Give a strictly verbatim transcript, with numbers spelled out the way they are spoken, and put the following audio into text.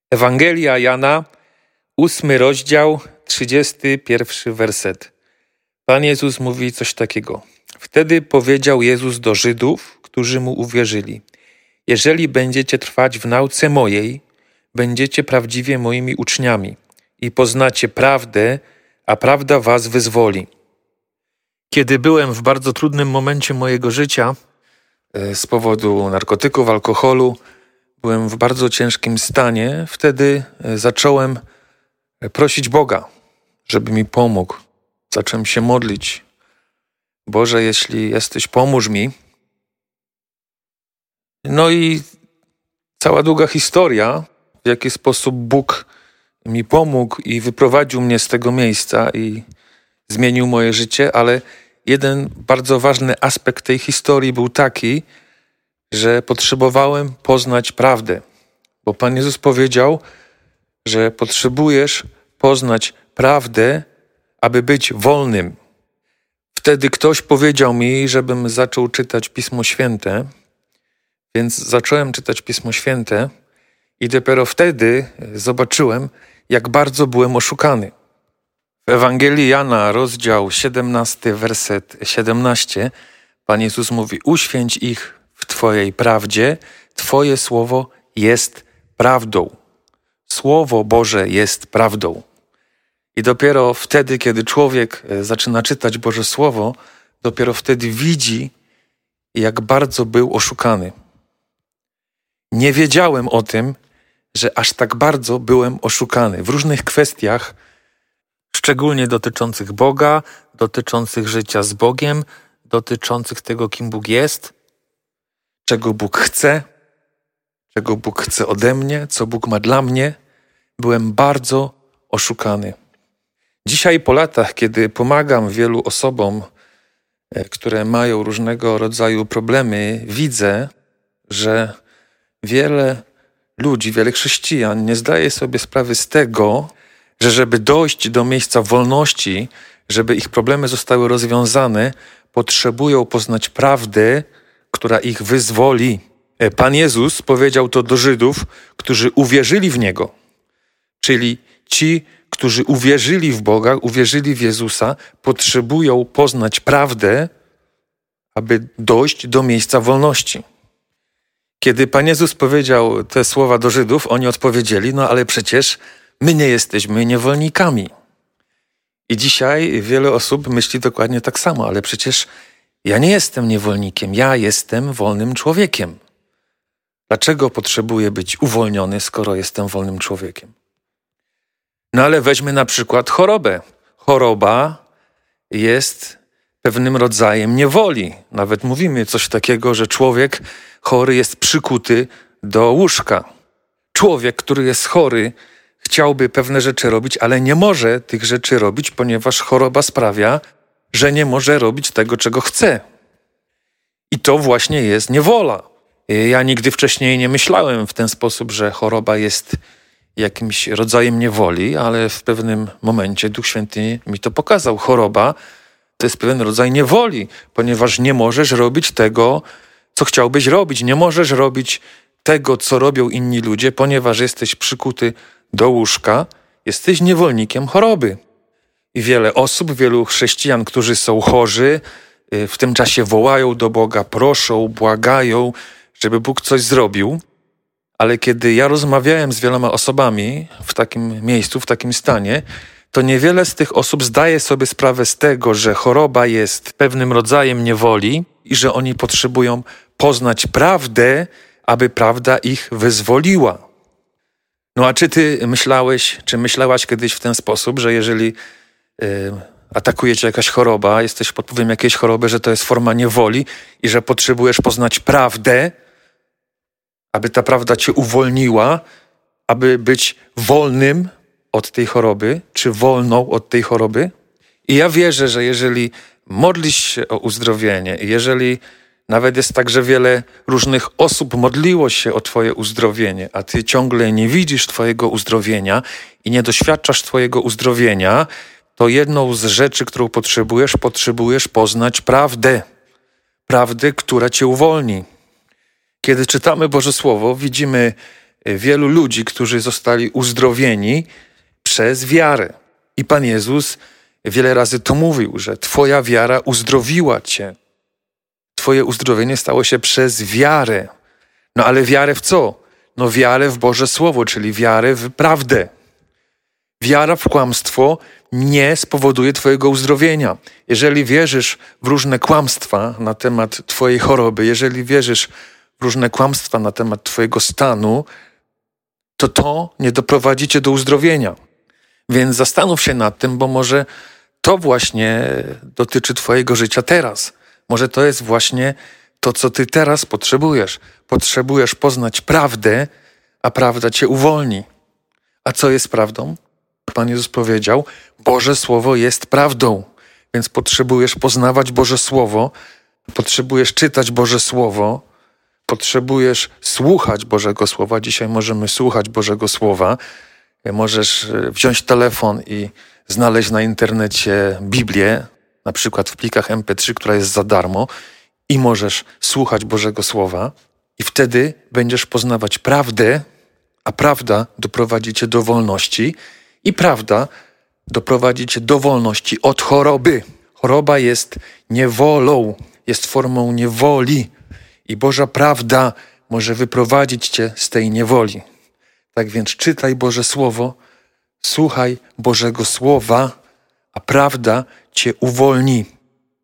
Ewangelia Jana, ósmy rozdział, trzydziesty pierwszy werset. Pan Jezus mówi coś takiego. Wtedy powiedział Jezus do Żydów, którzy Mu uwierzyli: jeżeli będziecie trwać w nauce mojej, będziecie prawdziwie moimi uczniami i poznacie prawdę, a prawda was wyzwoli. Kiedy byłem w bardzo trudnym momencie mojego życia, z powodu narkotyków, alkoholu, byłem w bardzo ciężkim stanie, wtedy zacząłem prosić Boga, żeby mi pomógł. Zacząłem się modlić. Boże, jeśli jesteś, pomóż mi. No i cała długa historia, w jaki sposób Bóg mi pomógł i wyprowadził mnie z tego miejsca i zmienił moje życie, ale jeden bardzo ważny aspekt tej historii był taki, że potrzebowałem poznać prawdę. Bo Pan Jezus powiedział, że potrzebujesz poznać prawdę, aby być wolnym. Wtedy ktoś powiedział mi, żebym zaczął czytać Pismo Święte, więc zacząłem czytać Pismo Święte i dopiero wtedy zobaczyłem, jak bardzo byłem oszukany. W Ewangelii Jana, rozdział siedemnasty, werset siedemnasty, Pan Jezus mówi: uświęć ich w Twojej prawdzie, Twoje słowo jest prawdą. Słowo Boże jest prawdą. I dopiero wtedy, kiedy człowiek zaczyna czytać Boże Słowo, dopiero wtedy widzi, jak bardzo był oszukany. Nie wiedziałem o tym, że aż tak bardzo byłem oszukany w różnych kwestiach, szczególnie dotyczących Boga, dotyczących życia z Bogiem, dotyczących tego, kim Bóg jest, czego Bóg chce, czego Bóg chce ode mnie, co Bóg ma dla mnie. Byłem bardzo oszukany. Dzisiaj po latach, kiedy pomagam wielu osobom, które mają różnego rodzaju problemy, widzę, że wiele ludzi, wiele chrześcijan nie zdaje sobie sprawy z tego, że żeby dojść do miejsca wolności, żeby ich problemy zostały rozwiązane, potrzebują poznać prawdę, która ich wyzwoli. Pan Jezus powiedział to do Żydów, którzy uwierzyli w Niego. Czyli ci, którzy uwierzyli w Boga, uwierzyli w Jezusa, potrzebują poznać prawdę, aby dojść do miejsca wolności. Kiedy Pan Jezus powiedział te słowa do Żydów, oni odpowiedzieli: no ale przecież my nie jesteśmy niewolnikami. I dzisiaj wiele osób myśli dokładnie tak samo, ale przecież ja nie jestem niewolnikiem, ja jestem wolnym człowiekiem. Dlaczego potrzebuję być uwolniony, skoro jestem wolnym człowiekiem? No ale weźmy na przykład chorobę. Choroba jest pewnym rodzajem niewoli. Nawet mówimy coś takiego, że człowiek chory jest przykuty do łóżka. Człowiek, który jest chory, chciałby pewne rzeczy robić, ale nie może tych rzeczy robić, ponieważ choroba sprawia, że nie może robić tego, czego chce. I to właśnie jest niewola. Ja nigdy wcześniej nie myślałem w ten sposób, że choroba jest jakimś rodzajem niewoli, ale w pewnym momencie Duch Święty mi to pokazał. Choroba to jest pewien rodzaj niewoli, ponieważ nie możesz robić tego, co chciałbyś robić. Nie możesz robić tego, co robią inni ludzie, ponieważ jesteś przykuty do łóżka, jesteś niewolnikiem choroby. I wiele osób, wielu chrześcijan, którzy są chorzy, w tym czasie wołają do Boga, proszą, błagają, żeby Bóg coś zrobił. Ale kiedy ja rozmawiałem z wieloma osobami w takim miejscu, w takim stanie, to niewiele z tych osób zdaje sobie sprawę z tego, że choroba jest pewnym rodzajem niewoli i że oni potrzebują poznać prawdę, aby prawda ich wyzwoliła. No a czy ty myślałeś, czy myślałaś kiedyś w ten sposób, że jeżeli yy, atakuje cię jakaś choroba, jesteś pod wpływem jakiejś choroby, że to jest forma niewoli i że potrzebujesz poznać prawdę, aby ta prawda cię uwolniła, aby być wolnym od tej choroby, czy wolną od tej choroby? I ja wierzę, że jeżeli modlisz się o uzdrowienie, jeżeli nawet jest tak, że wiele różnych osób modliło się o twoje uzdrowienie, a ty ciągle nie widzisz twojego uzdrowienia i nie doświadczasz twojego uzdrowienia, to jedną z rzeczy, którą potrzebujesz, potrzebujesz poznać prawdę. Prawdę, która cię uwolni. Kiedy czytamy Boże Słowo, widzimy wielu ludzi, którzy zostali uzdrowieni przez wiarę. I Pan Jezus wiele razy to mówił, że twoja wiara uzdrowiła cię. Twoje uzdrowienie stało się przez wiarę. No ale wiarę w co? No wiarę w Boże Słowo, czyli wiarę w prawdę. Wiara w kłamstwo nie spowoduje twojego uzdrowienia. Jeżeli wierzysz w różne kłamstwa na temat twojej choroby, jeżeli wierzysz w różne kłamstwa na temat twojego stanu, to to nie doprowadzi cię do uzdrowienia. Więc zastanów się nad tym, bo może to właśnie dotyczy twojego życia teraz. Może to jest właśnie to, co ty teraz potrzebujesz. Potrzebujesz poznać prawdę, a prawda cię uwolni. A co jest prawdą? Pan Jezus powiedział, Boże Słowo jest prawdą. Więc potrzebujesz poznawać Boże Słowo, potrzebujesz czytać Boże Słowo, potrzebujesz słuchać Bożego Słowa. Dzisiaj możemy słuchać Bożego Słowa. Możesz wziąć telefon i znaleźć na internecie Biblię, na przykład w plikach em pe trzy, która jest za darmo, i możesz słuchać Bożego Słowa i wtedy będziesz poznawać prawdę, a prawda doprowadzi cię do wolności i prawda doprowadzi cię do wolności od choroby. Choroba jest niewolą, jest formą niewoli i Boża prawda może wyprowadzić cię z tej niewoli. Tak więc czytaj Boże Słowo, słuchaj Bożego Słowa, a prawda cię uwolni.